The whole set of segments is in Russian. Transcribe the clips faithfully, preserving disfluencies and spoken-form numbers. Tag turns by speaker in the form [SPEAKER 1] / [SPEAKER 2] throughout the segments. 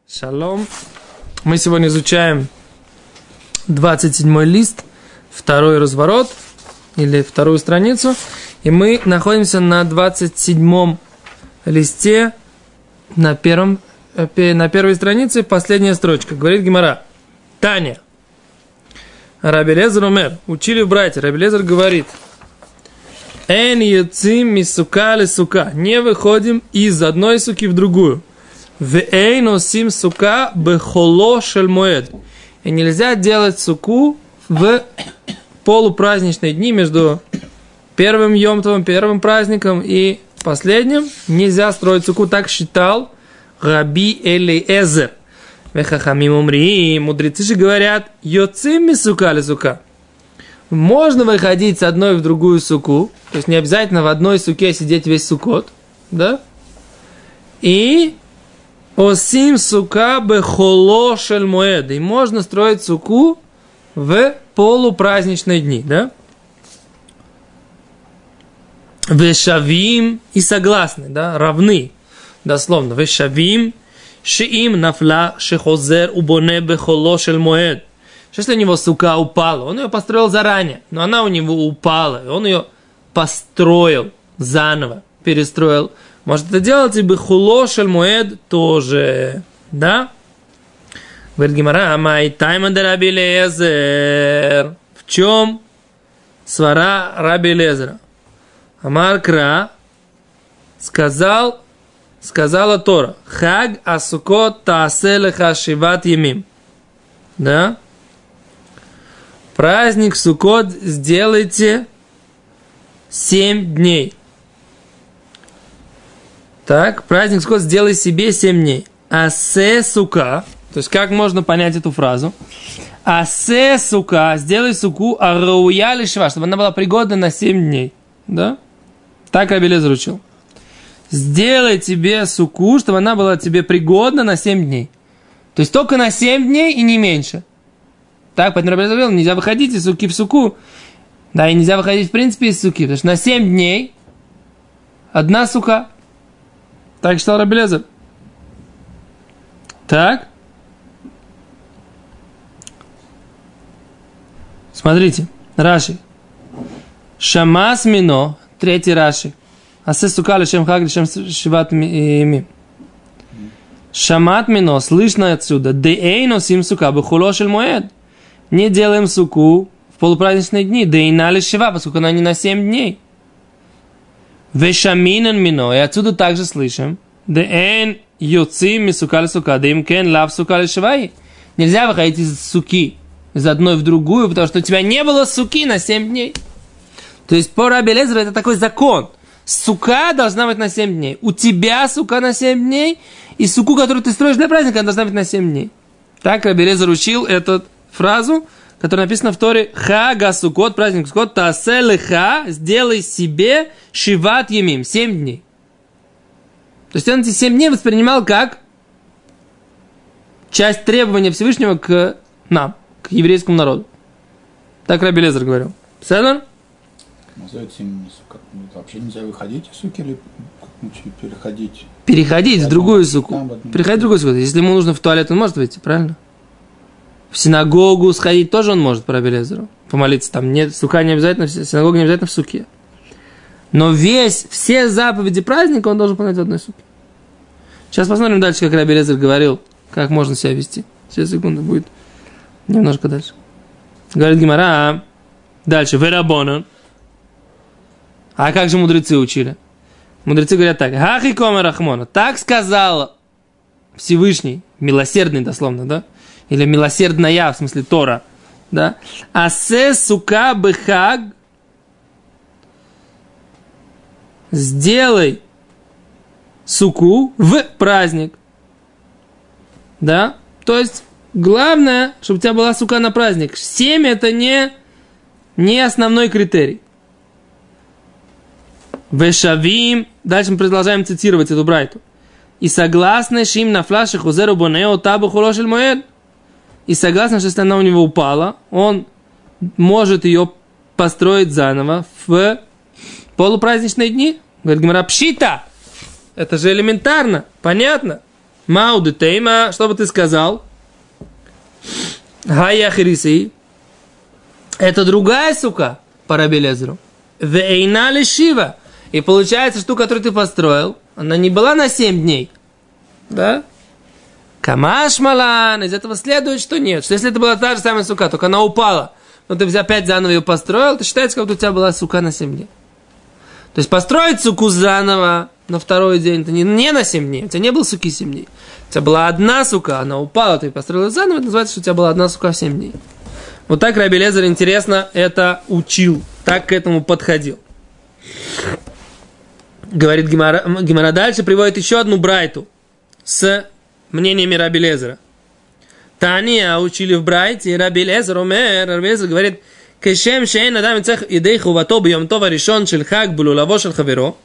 [SPEAKER 1] Шалом. Мы сегодня изучаем двадцать седьмой лист, второй разворот, или вторую страницу. И мы находимся на двадцать седьмом листе, на, первом, на первой странице, последняя строчка. Говорит Гемара. Таня. Раби Элиэзер умер. Учили братья. Раби Элиэзер говорит. Эн яцим мисука ли сука. Не выходим из одной суки в другую. И нельзя делать суку в полупраздничные дни между первым йом-товом, первым праздником и последним. Нельзя строить суку, так считал Раби Элиэзер. Мудрецы же говорят, йоцим мисука ли сука. Можно выходить с одной в другую суку, то есть не обязательно в одной суке сидеть весь сукот, да? И осим сука бехоло шель моэд. И можно строить суку в полупраздничные дни, да? Вешавим и согласны, да, равны, дословно. Вешавим шиим нафла шехозер убоне бехоло шель моэд. Что если у него сука упала? Он ее построил заранее, но она у него упала, и он ее построил заново, перестроил. Может это делать и бехоло шель моэд тоже, да? Говорит Гемара, амай тайма де Раби Элиэзер. В чем свара Раби Элиэзера? Амар кра сказал, сказала Тора, хаг асукот таасе леха шиват ямим. Да? Праздник Суккот сделайте семь дней. Так, праздник Суккот сделай себе семь дней. Асе сука, то есть как можно понять эту фразу? Асе сука, сделай суку арауя лишва, чтобы она была пригодна на семь дней. Да? Так Раби Элиэзер учил. Сделай тебе суку, чтобы она была тебе пригодна на семь дней. То есть только на семь дней и не меньше. Так, поэтому Раби Элиэзер говорил, нельзя выходить из суки в суку. Да, и нельзя выходить в принципе из суки, потому что на семь дней одна сука. Так считал Раби Элиэзер. Так. Смотрите, Раши. Шамас мино, третий Раши. Асе сука лишем хаг лишем шиват мим. Шамат мино, слышно отсюда. Деэйно сим сука бехуло шель моэд. Не делаем суку в полупраздничные дни. Деэйна лишева, поскольку она не на семь дней. Вешаминан мино, и отсюда также слышим. Деэн йоцим мисука ли сука, деэм кен лав сука лишевай. Нельзя выходить из суки из одной в другую, потому что у тебя не было суки на семь дней. То есть по Раби Элиэзеру это такой закон. Сука должна быть на семь дней. У тебя сука на семь дней, и суку, которую ты строишь для праздника, она должна быть на семь дней. Так Раби Элиэзер учил эту фразу, которая написана в Торе. Хага сукот, праздник Суккот, таасе леха, сделай себе шиват ямим, семь дней. То есть он эти семь дней воспринимал как часть требования Всевышнего к нам, к еврейскому народу. Так Раби Элиэзер говорил. Понятно?
[SPEAKER 2] Вообще нельзя выходить из суки или переходить?
[SPEAKER 1] Переходить в другую суку. Переходить в другую суку. Если ему нужно в туалет, он может выйти, правильно? В синагогу сходить тоже он может, по Раби Элиэзеру. Помолиться там. Нет, сука не обязательно, синагога не обязательно в суке. Но весь, все заповеди праздника он должен понять в одной суке. Сейчас посмотрим дальше, как Раби Элиэзер говорил, как можно себя вести. Сейчас, секунду, будет немножко дальше. Говорит Гемара, дальше, верабонан. А как же мудрецы учили? Мудрецы говорят так. Хахи кома рахмона. Так сказал Всевышний, милосердный дословно, да? Или милосердная, в смысле Тора, да? Асе сука бехаг. Сделай суку в праздник. Да? То есть, главное, чтобы у тебя была сука на праздник. Семь это не, не основной критерий. Вешавим. Дальше мы продолжаем цитировать эту брайту. И согласны шим на флаше хузеру бонео табу холошель моэд. И согласны, что если она у него упала, он может ее построить заново в полупраздничные дни. Говорит Гемара, пшита. Это же элементарно, понятно. Мауды тейма, что бы ты сказал? Гая хириси. Это другая сука по Раби Элиэзеру. Вейна лешива. И получается, что ту, которую ты построил, она не была на семь дней. Да? Камаш малан. Из этого следует, что нет. Что если это была та же самая сука, только она упала, но ты опять заново ее построил, то считается, как будто у тебя была сука на семь дней. То есть построить суку заново на второй день, это не, не на семь дней. У тебя не было суки семь дней. У тебя была одна сука, она упала, ты построил ее заново, это называется, что у тебя была одна сука в семь дней. Вот так Раби Элиэзер, интересно, это учил. Так к этому подходил. Говорит Гемара, Гемара дальше, приводит еще одну брайту с мнениями Раби Элиэзера. Тания учили в брайте, и Раби Элиэзер, омер, Раби Элиэзер говорит, кешем шейн адам цех идей хувато бьем това решен шель хак булулаво шель хаверо.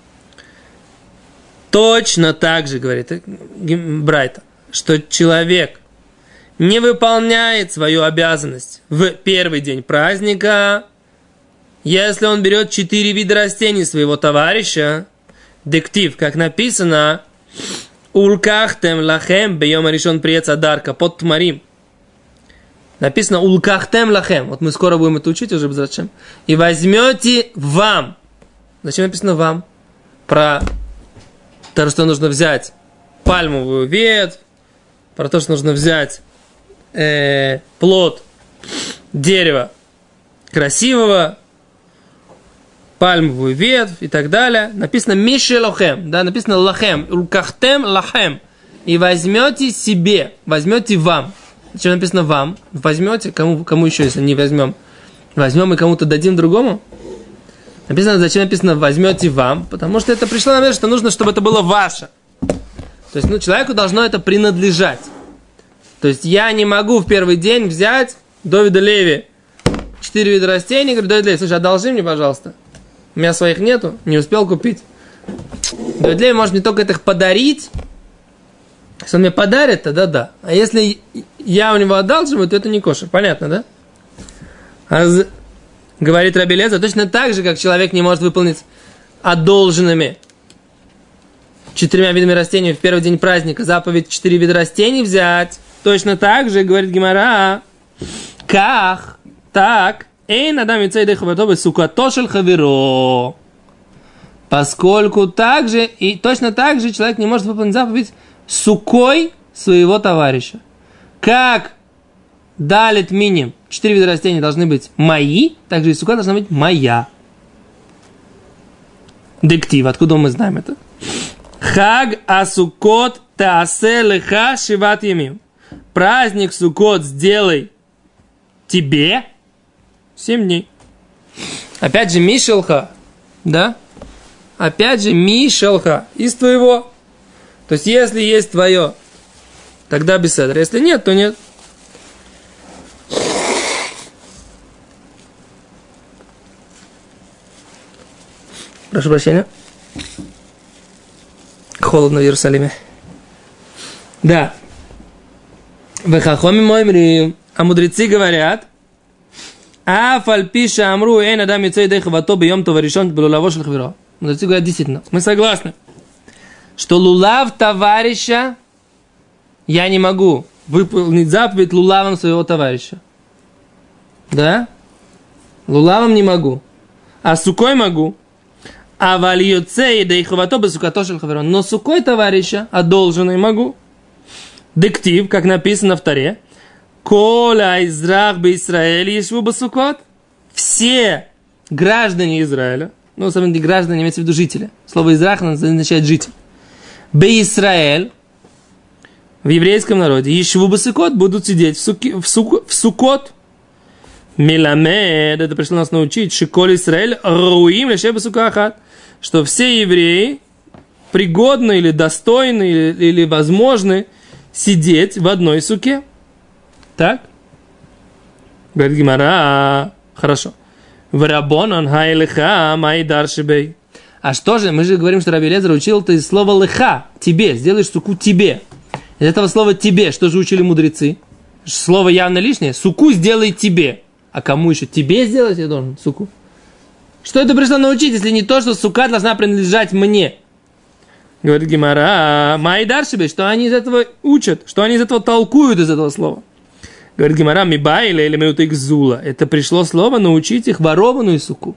[SPEAKER 1] Точно так же, говорит брайта, что человек не выполняет свою обязанность в первый день праздника, если он берет четыре вида растений своего товарища, дектив, как написано, улкахтем лахем бьем решен приец адарка под тмарим. Написано улкахтем лахем. Вот мы скоро будем это учить уже без зачем. И возьмете вам. Зачем написано вам? Про то, что нужно взять пальмовую ветвь, про то, что нужно взять э, плод дерева красивого, пальмовую ветвь и так далее. Написано мишелохем, да, написано лахем, улкахтем лахем. И возьмете себе, возьмете вам. Зачем написано вам? Возьмете, кому, кому еще, если не возьмем? Возьмем и кому-то дадим другому? Написано, зачем написано возьмете вам? Потому что это пришло на мысль, что нужно, чтобы это было ваше. То есть, ну, человеку должно это принадлежать. То есть, я не могу в первый день взять Довида Леви четыре вида растений, говорю, Довид Леви, слушай, одолжи мне, пожалуйста. У меня своих нету, не успел купить. Довид Леви может мне только это их подарить. Если он мне подарит, тогда да. А если я у него одалживаю, то это не кошер. Понятно, да? А говорит Раби Элиэзер, точно так же, как человек не может выполнить одолженными четырьмя видами растений в первый день праздника заповедь четыре вида растений взять. Точно так же, говорит Гемара, как, так, эй, надам яйцей хаватобы сукатошель хаверо. Поскольку так же, и точно так же человек не может выполнить заповедь сукой своего товарища. Как далит миним, четыре вида растений должны быть мои, так же и сука должна быть моя. Дектив, откуда мы знаем это? Хаг асукот таасе леха шиват ямим. Праздник Суккот сделай тебе семь дней. Опять же, Мишелха, да? Опять же, Мишелха из твоего. То есть, если есть твое, тогда беседа. Если нет, то нет. Прошу прощения. Холодно в Иерусалиме. Да. Вехахоми моймри. А мудрецы говорят, а фальпиша амру эй надам яйцей дехавато бьем това решен булулаво шель хаверо. Мудрецы говорят, действительно, мы согласны, что лулав товарища я не могу выполнить заповедь лулавом своего товарища. Да? Лулавом не могу. А сукой могу. А вальёцей да ихвато бесукато шель хаверо. Но сукой товарища, одолженный могу. Дектив, как написано в Торе. Коля израх бе Исраэль ешву басукот. Все граждане Израиля, ну, особенно граждане, имеется в виду жители. Слово израх означает житель. Бе Исраэль в еврейском народе ешву басукот будут сидеть в, суки, в, сук, в сукот. Миламед, это пришло нас научить, шиколь Исраэль руим леше басукахат, что все евреи пригодны или достойны или, или возможны сидеть в одной суке. Так? Говорит Гемара, хорошо. Варабонан хайлеха майдар шибей. А что же, мы же говорим, что Раби Элиэзер учил ты слово леха, тебе, сделаешь суку тебе. Из этого слова тебе, что же учили мудрецы? Слово явно лишнее, суку сделай тебе. А кому еще? Тебе сделать я должен суку? Что это пришло научить, если не то, что сука должна принадлежать мне? Говорит Гемара, майдар себе, что они из этого учат, что они из этого толкуют из этого слова. Говорит Гемара, мибайля или меутыкзула. Это пришло слово научить их ворованную суку.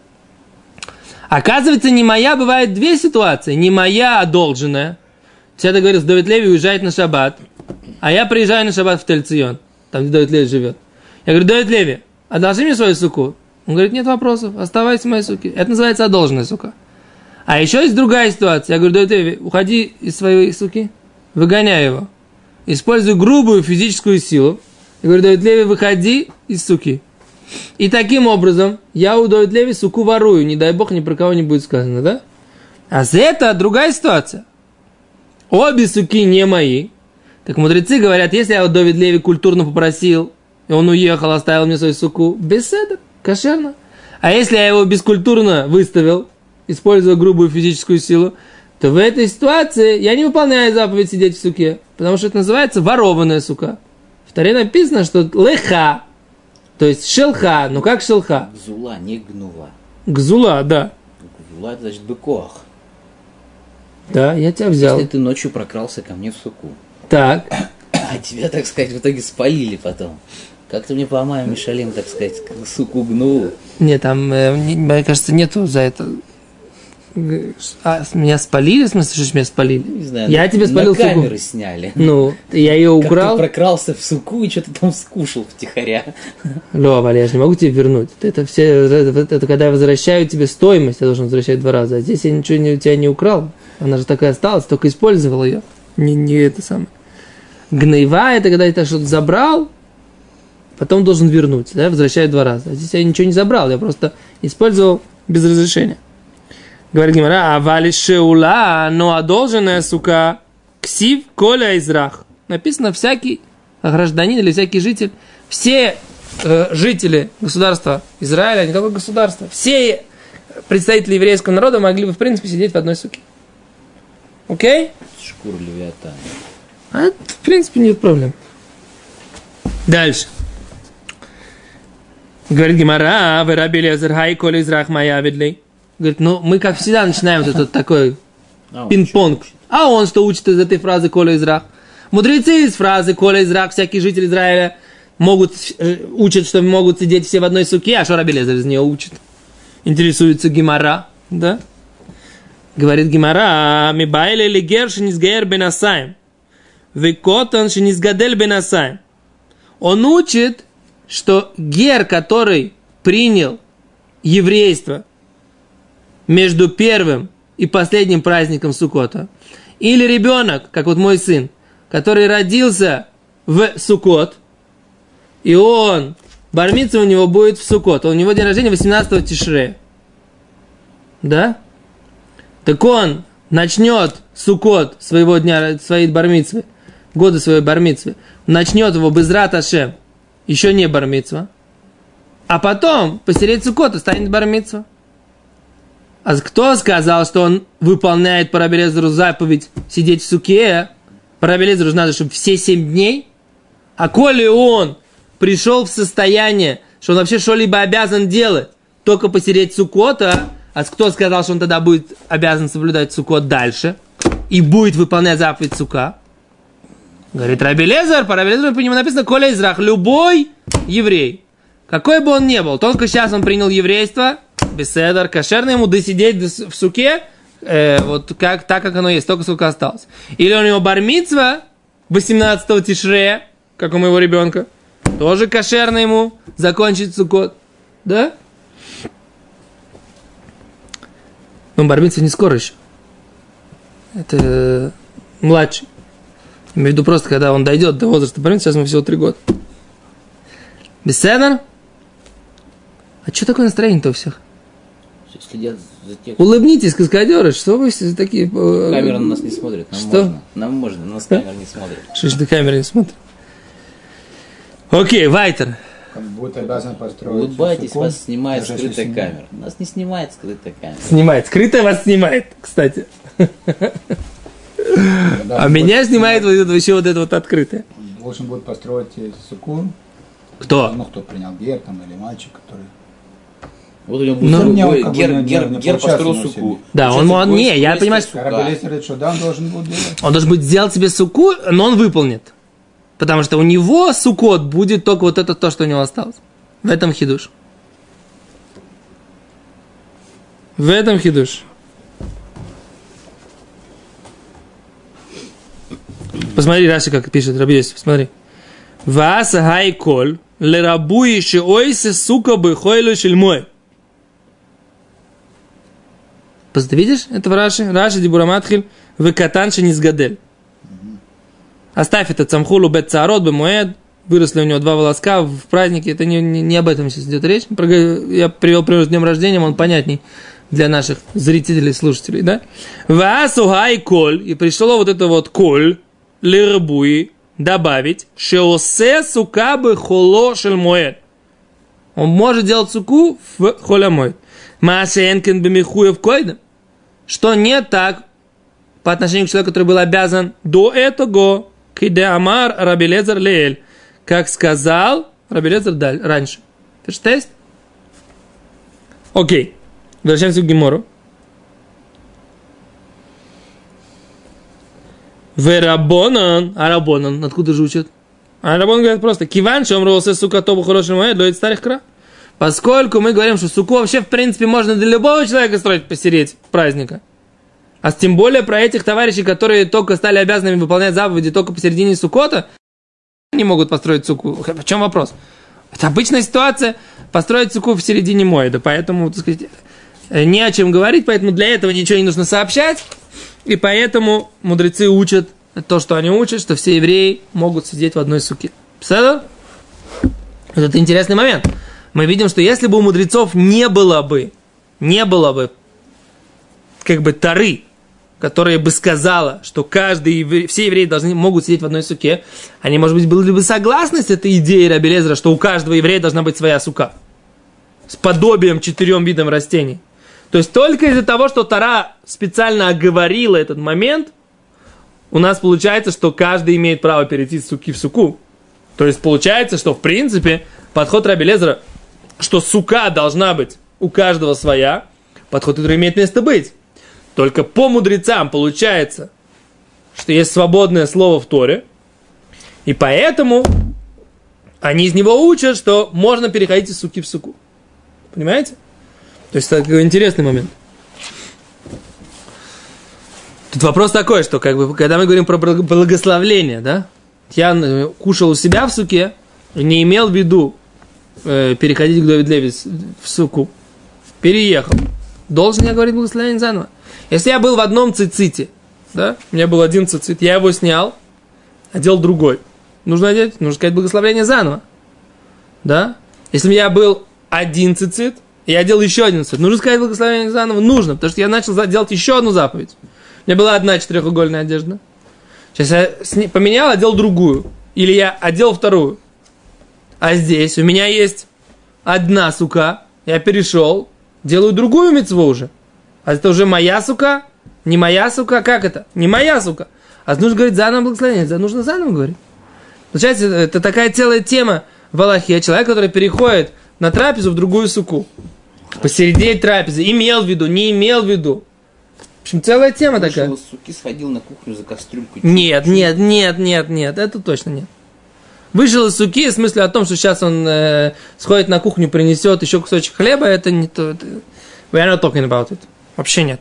[SPEAKER 1] Оказывается, не моя, бывает две ситуации. Не моя, а одолженная. Все это говорил, Давид Леви уезжает на шаббат, а я приезжаю на шаббат в Тель-Цион, там, где Давид Леви живет. Я говорю, Давид Леви, одолжи мне свою суку. Он говорит, нет вопросов, оставайся в моей суке. Это называется одолженная сука. А еще есть другая ситуация. Я говорю, Давид Леви, уходи из своей суки, выгоняй его. Используй грубую физическую силу. Я говорю, Давид Леви, выходи из суки. И таким образом я у Давид Леви суку ворую. Не дай бог, ни про кого не будет сказано, да? А за это другая ситуация. Обе суки не мои. Так мудрецы говорят, если я у Давид Леви культурно попросил, и он уехал, оставил мне свою суку, беседа, кошерно. А если я его бескультурно выставил, используя грубую физическую силу, то в этой ситуации я не выполняю заповедь сидеть в суке, потому что это называется ворованная сука. В Торе написано, что леха, то есть шелха, ну как шелха?
[SPEAKER 3] Гзула, не гнула.
[SPEAKER 1] Гзула, да.
[SPEAKER 3] Гзула, это значит быкох.
[SPEAKER 1] Да, я тебя взял.
[SPEAKER 3] Если ты ночью прокрался ко мне в суку.
[SPEAKER 1] Так.
[SPEAKER 3] А тебя, так сказать, в итоге спалили потом. Как ты мне по Амаю Мишалим, так сказать, суку гнул?
[SPEAKER 1] Нет, там, э, мне кажется, нету за это. А, меня спалили? В смысле, что меня спалили?
[SPEAKER 3] Не знаю.
[SPEAKER 1] Я тебе спалил
[SPEAKER 3] суку. На камеры
[SPEAKER 1] суку.
[SPEAKER 3] сняли.
[SPEAKER 1] Ну, я ее украл.
[SPEAKER 3] Как ты прокрался в суку и что-то там скушал втихаря.
[SPEAKER 1] Лёва, Валя, я же не могу тебе вернуть. Это все, это, это когда я возвращаю тебе стоимость, я должен возвращать два раза. А здесь я ничего не, у тебя не украл. Она же такая осталась, только использовал ее. Не, не это самое. Гнева, это когда я что-то забрал, потом должен вернуть, да, возвращаю два раза. А здесь я ничего не забрал, я просто использовал без разрешения. Говорит Гемара, а вали шеула, но одолженная сука, ксив коля израх. Написано всякий гражданин или всякий житель, все э, жители государства Израиля, не только государства, все представители еврейского народа могли бы, в принципе, сидеть в одной суке. Окей?
[SPEAKER 3] Шкура левиатана.
[SPEAKER 1] А это, в принципе, нет проблем. Дальше. Говорит Гемара, вы рабили азерхай коля израх моя ведлей. Говорит, ну мы как всегда начинаем вот этот такой а пинг-понг. Учит, учит. А он что учит из этой фразы коля израх? Мудрецы из фразы коля израх, всякие жители Израиля могут, э, учат, что могут сидеть все в одной суке, а что Раби Элиэзер из нее учит? Интересуется Гемара, да? Говорит Гемара, мибайле ли гер шинизгаэр бенасаем, векотан шинизгадель бенасаем. Он учит, что гер, который принял еврейство между первым и последним праздником Суккота, или ребенок, как вот мой сын, который родился в Суккот, и он, бар мицва у него будет в Суккот, у него день рождения восемнадцатого Тишре, да? Так он начнет Суккот своего дня, своей бар мицвы, года своей бар мицвы, начнет его безрат Ашем, еще не бар мицва, а потом посередине Суккота станет бар мицва. А кто сказал, что он выполняет по Раби Элиэзеру заповедь сидеть в суке? По Раби Элиэзеру надо, чтобы все семь дней. А коли он пришел в состояние, что он вообще что-либо обязан делать, только посередине Суккота, а кто сказал, что он тогда будет обязан соблюдать Суккот дальше и будет выполнять заповедь сука? Говорит Раби Элиэзер, по Раби Элиэзеру по нему написано коля израх, любой еврей, какой бы он ни был, только сейчас он принял еврейство, беседер, кошерно ему досидеть в суке, э, вот как, так, как оно есть, только сколько осталось. Или у него бар мицва восемнадцатого Тишре, как у моего ребенка, тоже кошерно ему закончить Суккот, да? Но бар мицва не скоро еще. Это э, младший. Имею в виду просто, когда он дойдет до возраста бар мицва, сейчас ему всего три года. Беседер? А что такое настроение-то у всех?
[SPEAKER 3] Следят за тем.
[SPEAKER 1] Улыбнитесь, каскадеры, что вы такие...
[SPEAKER 3] Камера на нас не смотрит, нам
[SPEAKER 1] что?
[SPEAKER 3] можно. Нам можно, на нас камера не смотрит.
[SPEAKER 1] Что ж ты камера не смотрит? Окей, Вайтер.
[SPEAKER 2] Будет обязан построить.
[SPEAKER 3] Улыбайтесь,
[SPEAKER 2] суку,
[SPEAKER 3] вас снимает скрытая
[SPEAKER 2] снимает.
[SPEAKER 3] камера. Нас не снимает скрытая камера.
[SPEAKER 1] Снимает. Скрытая вас снимает, кстати. А меня снимает вот еще вот это вот открытое.
[SPEAKER 2] Должен будет построить суку.
[SPEAKER 1] Кто?
[SPEAKER 2] Ну, кто принял гер там или мальчик, который...
[SPEAKER 3] Вот у него был
[SPEAKER 1] Ну,
[SPEAKER 3] суку,
[SPEAKER 2] не, он как бы
[SPEAKER 3] Гер,
[SPEAKER 2] не- не-
[SPEAKER 3] Гер,
[SPEAKER 2] не
[SPEAKER 3] Гер построил
[SPEAKER 2] получается
[SPEAKER 3] суку.
[SPEAKER 2] на
[SPEAKER 1] Да, он,
[SPEAKER 3] Получается,
[SPEAKER 1] он-
[SPEAKER 3] гость-
[SPEAKER 1] не, я
[SPEAKER 3] гость
[SPEAKER 1] понимаю,
[SPEAKER 3] сука.
[SPEAKER 2] Рабелезер говорит, что да, он должен будет делать.
[SPEAKER 1] Он должен будет сделать себе суку, но он выполнит. Потому что у него сукот будет только вот это то, что у него осталось. В этом хидуш. В этом хидуш. Посмотри, Раши, как пишет Раби Йосиф, смотри. Вас гайколь лерабуи шиойсе сука бы хойлу шельмой. Ты видишь это в Раши? Раши дибураматхиль векатанши низгадель. Оставь этот самхулу бет царот бемуэд. Выросли у него два волоска в празднике. Это не, не, не об этом сейчас идет речь. Я привел пример с днем рождения, он понятней для наших зрителей, слушателей, да? Ваасу гай коль. И пришло вот это вот коль лирбуи добавить шеосе сука бы холо шельмуэд. Он может делать суку в холямой. Маашенкен бемихуев койдем. Что не так по отношению к человеку, который был обязан до этого, киде амар Рабелезер леэль, как сказал Рабелезер даль, раньше. Ты что есть? Окей. Возвращаемся к Гемору. Верабонан. А Рабонан откуда же учат? А Рабонан говорит просто: киван шомросе сука тобу хорошим моед, лоит старых кра. Поскольку мы говорим, что суку вообще, в принципе, можно для любого человека строить посередине праздника. А тем более про этих товарищей, которые только стали обязанными выполнять заповеди только посередине сукота, не могут построить суку. В чем вопрос? Это обычная ситуация построить суку в середине моеда. Поэтому, так сказать, не о чем говорить, поэтому для этого ничего не нужно сообщать. И поэтому мудрецы учат то, что они учат, что все евреи могут сидеть в одной суке. Представляете? Это интересный момент. Мы видим, что если бы у мудрецов не было бы, не было бы, как бы, Торы, которая бы сказала, что каждый еврей, все евреи должны, могут сидеть в одной суке, они, может быть, были бы согласны с этой идеей Раби Элиэзера, что у каждого еврея должна быть своя сука. С подобием четырем видам растений. То есть только из-за того, что Тора специально оговорила этот момент, у нас получается, что каждый имеет право перейти с суки в суку. То есть получается, что в принципе подход Раби Элиэзера, что сука должна быть у каждого своя, подход, который имеет место быть. Только по мудрецам получается, что есть свободное слово в Торе, и поэтому они из него учат, что можно переходить из суки в суку. Понимаете? То есть это такой интересный момент. Тут вопрос такой, что как бы, когда мы говорим про благословление, да, я кушал у себя в суке, не имел в виду э, переходить к Довид Леви в суку, переехал. Должен я говорить благословение заново? Если я был в одном циците, да, у меня был один цицит, я его снял, одел другой. Нужно одеть, нужно сказать благословение заново. Да? Если у меня был один цицит, я одел еще один цицит, нужно сказать благословение заново? Нужно, потому что я начал делать еще одну заповедь. У меня была одна четырехугольная одежда. Сейчас я сни- поменял, одел другую. Или я одел вторую. А здесь у меня есть одна сука, я перешел, делаю другую мицву уже. А это уже моя сука? Не моя сука? Как это? Не моя сука. А нужно говорить заново благословение. Нужно заново говорить. Получается, это такая целая тема в Алахе. Человек, который переходит на трапезу в другую суку. Посередине трапезы. Имел в виду, не имел в виду. В общем, целая тема
[SPEAKER 3] Вышел
[SPEAKER 1] такая.
[SPEAKER 3] из суки, сходил на кухню за кастрюлькой.
[SPEAKER 1] Нет, нет, нет, нет, нет. Это точно нет. Вышел из суки, в смысле о том, что сейчас он э, сходит на кухню, принесет еще кусочек хлеба, это не то. Это... We are not talking about it. Вообще нет.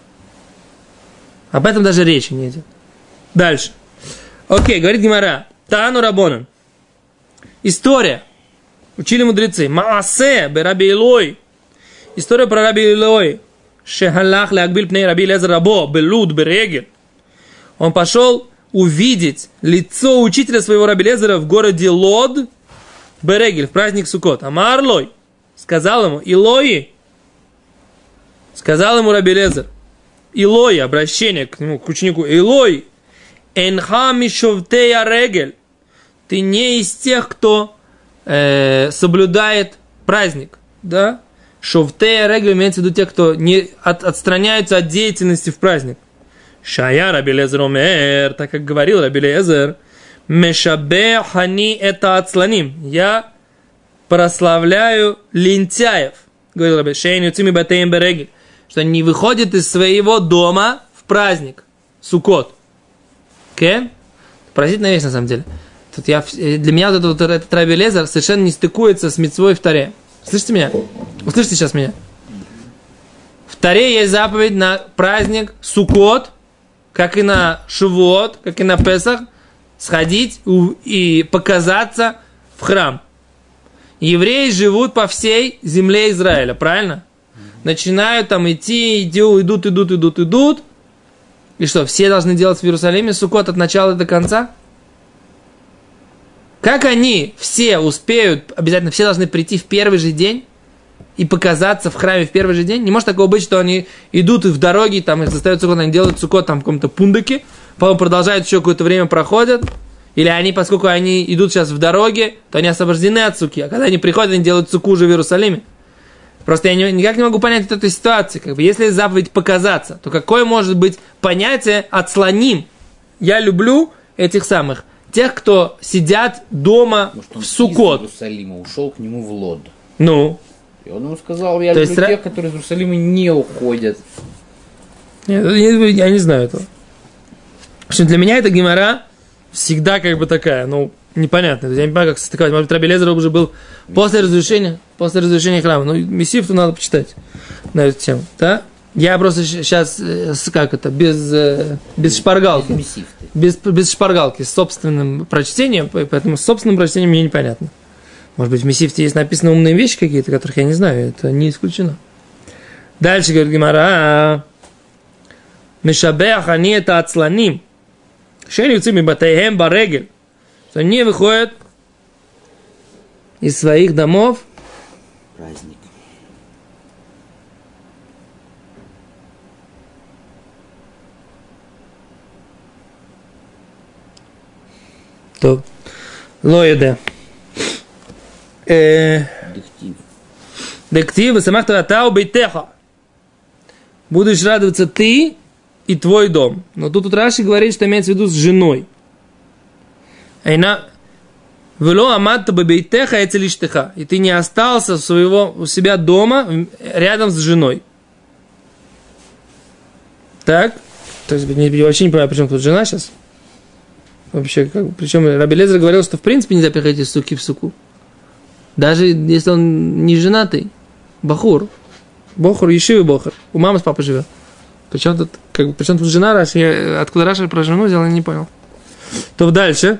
[SPEAKER 1] Об этом даже речи не идет. Дальше. Окей, говорит Гемара. Таану Рабонан. История. Учили мудрецы. Маасе бе Раби Илой. История про Раби Илой. Шехалах леагбиль пней Раби Элиэзер рабо белуд берегель. Он пошел увидеть лицо учителя своего Раби Элиэзера в городе Лод берегель, в праздник Суккот. Амар Лой. Сказал ему: Илои. Сказал ему Раби Элиэзер. Илой, обращение к нему, к ученику. Илой. Энха мишовтея регель. Ты не из тех, кто э, соблюдает праздник. Да? Шовтея регель имеется в виду те, кто не от, отстраняются от деятельности в праздник. Шая Раби Элиэзер омер, так как говорил Раби Элиэзер, мешабе хани это ацланим. Я прославляю лентяев. говорил Рабби, шейн юцими батеем берегель, что они не выходят из своего дома в праздник, Суккот. Кен? Поразительная вещь на самом деле. Тут я, для меня вот этот, этот Рабби Элиэзер совершенно не стыкуется с мицвой в Торе. Слышите меня? Услышите сейчас меня? В Торе есть заповедь на праздник Суккот, как и на Шивот, как и на Песах, сходить и показаться в храм. Евреи живут по всей земле Израиля, правильно? Начинают там идти, идут, идут, идут, идут. И что, все должны делать в Иерусалиме Суккот от начала до конца? Как они все успеют, обязательно все должны прийти в первый же день и показаться в храме в первый же день? Не может такого быть, что они идут в дороге, там их заставят Суккот, они делают Суккот там в каком-то пундыке, потом продолжают еще какое-то время проходят. Или они, поскольку они идут сейчас в дороге, то они освобождены от суки. А когда они приходят, они делают суку уже в Иерусалиме. Просто я не, никак не могу понять эту ситуацию. Как бы, если заповедь показаться, то какое может быть понятие отслоним? Я люблю этих самых, тех, кто сидят дома Может, в Суккот.
[SPEAKER 3] Из Иерусалима ушел к нему в Лод.
[SPEAKER 1] Ну?
[SPEAKER 3] И он ему сказал, я
[SPEAKER 1] то
[SPEAKER 3] люблю
[SPEAKER 1] есть...
[SPEAKER 3] тех, которые из Иерусалима не уходят.
[SPEAKER 1] Нет, я не знаю этого. В общем, для меня эта гемара всегда как бы такая, ну, непонятная. Я не понимаю, как состыковать. Может быть, Рабби Элиэзер уже был после разрушения, после разрушения храма. Ну, Месифту надо почитать на эту тему, да? Я просто сейчас, как это, без, без шпаргалки. Без, без шпаргалки, с собственным прочтением, поэтому с собственным прочтением мне непонятно. Может быть, в Месифте есть написаны умные вещи какие-то, которых я не знаю, это не исключено. Дальше говорит гемара, Мешабеах они это ацланим. Шени уцими батейхем барегель. Что они выходят из своих домов.
[SPEAKER 3] Праздник.
[SPEAKER 1] То. Лоиде.
[SPEAKER 3] Дектив.
[SPEAKER 1] Дектив. Самахта атау бейтеха. Будешь радоваться ты и твой дом. Но тут Раши говорит, что имеется в виду с женой. Вело аматта бейтеха эцелиштеха. И ты не остался у своего, у себя дома рядом с женой. Так? То есть, я вообще не понимаю, при чем тут жена сейчас. Вообще, как, причем Рабби Элиэзер говорил, что в принципе нельзя приходить из суки в суку. Даже если он не женатый. Бахур. Бохур, ешивы бохур. У мамы с папой живет. Причем тут, как бы, причем тут жена Раши, я, откуда Раши про жену взял, я не понял. То дальше.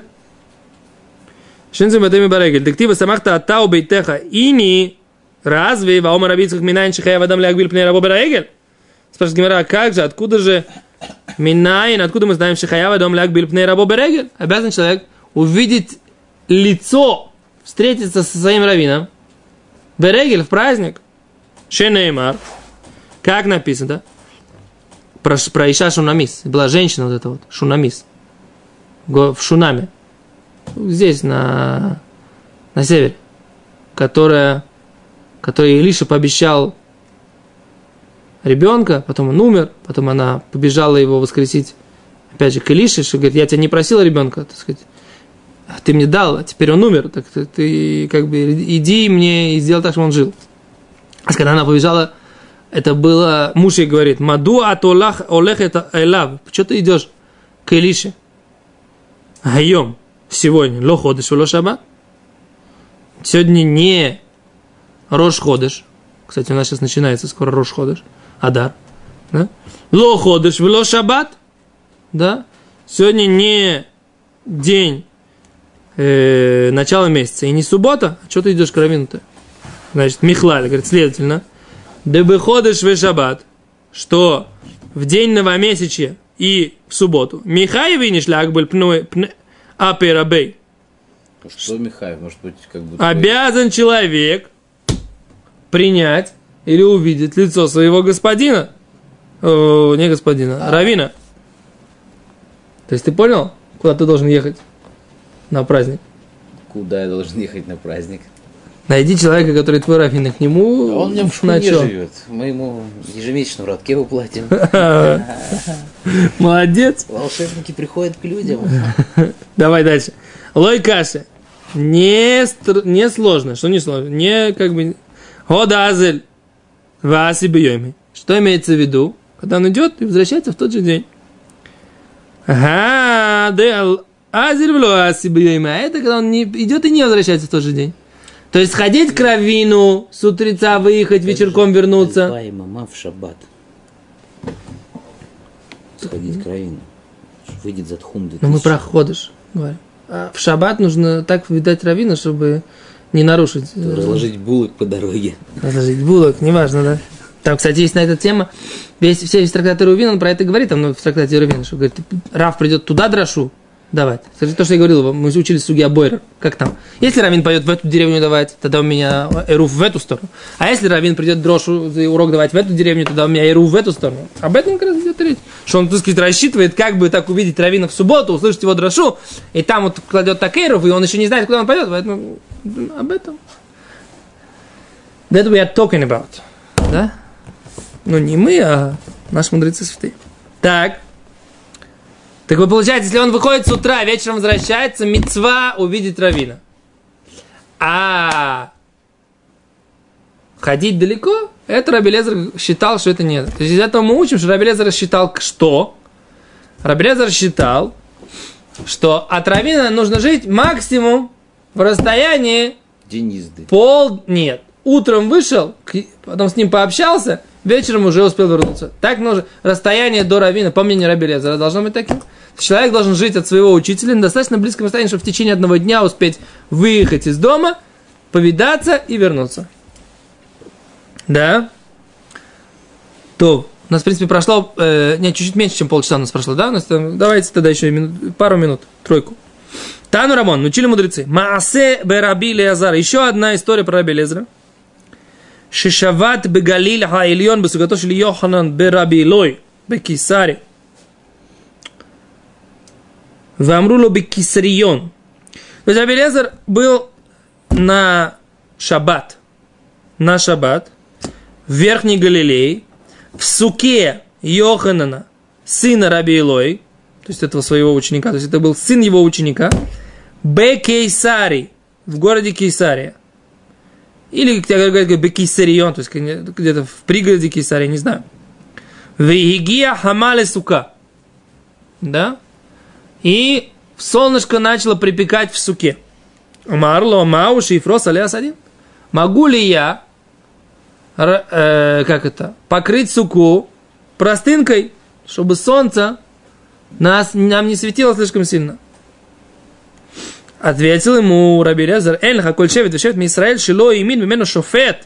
[SPEAKER 1] Шинзим бадеми барегель. Дектива самахта аттау бейтеха. Ини разве ваома рабицах минайн шихая вадам лягбиль пней рабо барегель? Спрашивает Гемара, как же, откуда же минайн, откуда мы знаем шихая вадам лягбиль пней рабо барегель? Обязан человек увидеть лицо, встретиться со своим раввином. Берегель в праздник. Шенеймар. Как написано? Про, про Иша Шунамис. Была женщина вот эта вот, Шунамис. В Шунаме. Здесь, на, на севере. Которая, которой Илиша пообещал ребенка, потом он умер, потом она побежала его воскресить, опять же, к Илише, что говорит, я тебя не просила ребенка, так сказать, ты мне дал, а теперь он умер, так ты, ты как бы иди мне и сделай так, чтобы он жил. А когда она побежала, это было, муж ей говорит, маду атолах олех это элав, что ты идешь к Илише? Айом, сегодня, ло ходыш, ло шаббат. Сегодня не Рош ходыш. Кстати, у нас сейчас начинается скоро Рош ходыш. Адар. Да? Ло ходыш, ло шаббат. Да? Сегодня не день э, начала месяца и не суббота. А что ты идешь к раввину-то? Значит, Михлаль говорит, следовательно, дебы ходыш в шаббат, что в день новомесячья и в субботу. Михай виниш лягбель пне аперабей.
[SPEAKER 3] Что Михай? Может быть, как бы...
[SPEAKER 1] Обязан человек принять или увидеть лицо своего господина. О, не господина, а раввина. То есть ты понял, куда ты должен ехать на праздник?
[SPEAKER 3] Куда я должен ехать на праздник?
[SPEAKER 1] Найди человека, который твой раввин, и к нему...
[SPEAKER 3] А он у меня в Шуне живет. Мы ему ежемесячно в Радке платим.
[SPEAKER 1] Молодец.
[SPEAKER 3] Волшебники приходят к людям.
[SPEAKER 1] Давай дальше. Лой каши. Не, стр... не сложно. Что не сложно? Не как бы... Года азель. Васи бьёми. Что имеется в виду? Когда он идет и возвращается в тот же день. Ага, дел азиль влоаси бьёми. А это когда он не, идет и не возвращается в тот же день. То есть ходить к раввину, с утреца выехать, вечерком вернуться.
[SPEAKER 3] Альпай мама в шаббат. Сходить к раввину. Выйдет за тхум.
[SPEAKER 1] Ну мы про ходыш говорим. А в шаббат нужно так видать раввина, чтобы не нарушить.
[SPEAKER 3] Разложить булок по дороге.
[SPEAKER 1] Разложить булок, неважно, да. Там, кстати, есть на эту тему. Весь, все из трактата Рувина, он про это говорит, там, ну, в трактате Рувина, что говорит, Рав придет туда драшу давать. Кстати, то, что я говорил, мы учили сугия Бойра. Как там? Если раввин пойдет в эту деревню давать, тогда у меня эруф в эту сторону. А если раввин придет дрошу, урок давать в эту деревню, тогда у меня эруф в эту сторону. Об этом как раз идет речь. Что он, так сказать, рассчитывает, как бы так увидеть раввина в субботу, услышать его дрошу, и там вот кладет так эруф, и он еще не знает, куда он пойдет. Поэтому об этом. That we are talking about. Да? Ну, не мы, а наши мудрецы святые. Так. Так вот, получается, если он выходит с утра, вечером возвращается, мицва увидеть раввина. А ходить далеко, это Раби Элиэзер считал, что это нет. То есть из этого мы учим, что Раби Элиэзер считал, что? Раби Элиэзер считал, что от раввина нужно жить максимум в расстоянии
[SPEAKER 3] день езды. Пол...
[SPEAKER 1] Нет. Утром вышел, потом с ним пообщался, вечером уже успел вернуться. Так нужно. Расстояние до раввина, по мнению Раби Элиэзера, должно быть таким. Человек должен жить от своего учителя на достаточно близком расстоянии, чтобы в течение одного дня успеть выехать из дома, повидаться и вернуться. Да? То, у нас, в принципе, прошло, э, нет, чуть-чуть меньше, чем полчаса у нас прошло, да? У нас там, давайте тогда еще минут, пару минут, тройку. Тану Рамон, учили мудрецы. Маасе бе Раби Элиэзер. Еще одна история про Раби Элиэзера. Шишават бе Галиль хаильон бе сугато шели Йоханан бе Раби Илой бе Кисари. Вамруло бе Кисарион. То есть Раби Элиэзер был на шаббат. На шаббат. В Верхней Галилее. В суке Йоханана, сына Раби Илой. То есть этого своего ученика. То есть это был сын его ученика. Бе Кейсари. В городе Кейсария. Или, как говорят, Бекисарион, то есть где-то в пригороде Кейсария, не знаю. Вегия хамале сука. Да? И солнышко начало припекать в суке. Марло, мауши и фрос алиас один. Могу ли я, э, как это, покрыть суку простынкой, чтобы солнце нас, нам не светило слишком сильно? Ответил ему Раби Элиэзер: «Эль хаколь шевет вешевет миисраэль шило имин мимену шофет».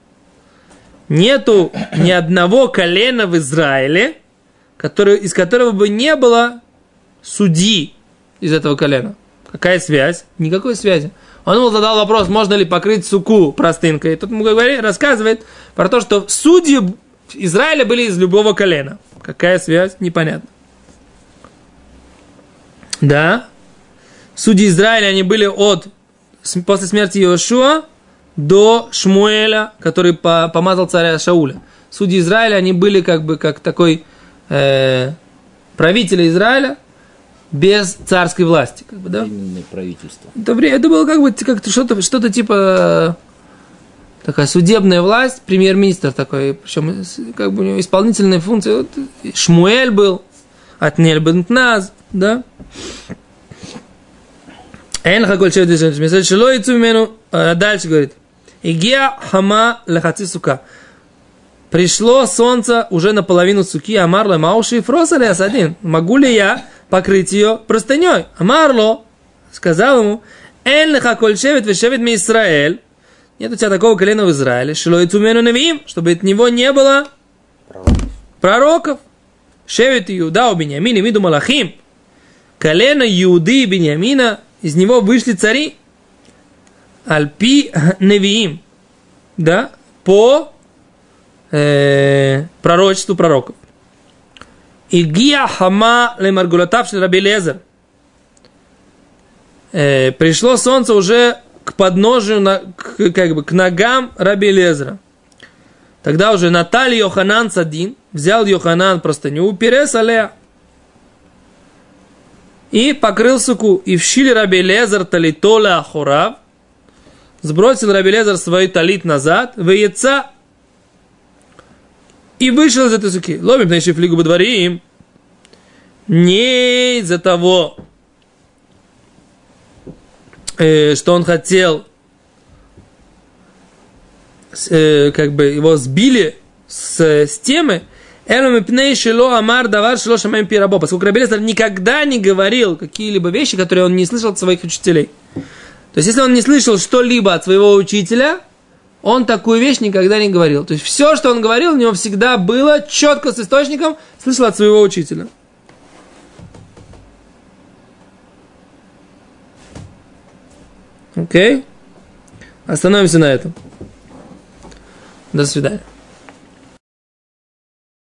[SPEAKER 1] Нету ни одного колена в Израиле, который, из которого бы не было судьи из этого колена. Какая связь? Никакой связи. Он ему задал вопрос, можно ли покрыть суку простынкой. И тут ему говорит, рассказывает про то, что судьи Израиля были из любого колена. Какая связь? Непонятно. Да. Судьи Израиля, они были от, после смерти Иошуа до Шмуэля, который по, помазал царя Шауля. Судьи Израиля, они были как бы как такой э, правитель Израиля без царской власти. Как бы, да?
[SPEAKER 3] Временное правительство.
[SPEAKER 1] Это, это было как бы как что-то, что-то типа такая судебная власть, премьер-министр такой, причем как бы у него исполнительные функции. Вот, Шмуэль был, Атнель бен Кназ, да? Дальше говорит: Игия хама лехаци сука. Пришло солнце уже наполовину суки. Амарло мауши и фросали асадин. Могу ли я покрыть ее простыней? Амарло сказал ему: Эн лехаколь шевет вешевет ми Исраэль. Нет у тебя такого колена в Израиле. Шилой цумену навиим, чтобы от него не было пророков. пророков. Шевет Иуда у Биньямина и миду малахим. Колено Иуды и Биньямина, из него вышли цари. Альпи невиим. Да? По э, пророчеству пророков. Игия хама лемаргулатав Раби Элиэзер. Пришло солнце уже к подножию, на, к, как бы, к ногам Раби Элиэзера. Тогда уже Натали Йоханан Садин взял Йоханан простыню, перес алея, и покрыл суку. И вшили Раби Элиэзер талитола ахурав, сбросил Раби Элиэзер свой талит назад, выеца, и вышел из этой суки. Ломим на еще флигу бодворим. Не из-за того, э, что он хотел, э, как бы его сбили с, с темы, поскольку Раби Элиэзер никогда не говорил какие-либо вещи, которые он не слышал от своих учителей. То есть, если он не слышал что-либо от своего учителя, он такую вещь никогда не говорил. То есть, все, что он говорил, у него всегда было четко с источником, слышал от своего учителя. Окей? Остановимся на этом. До свидания.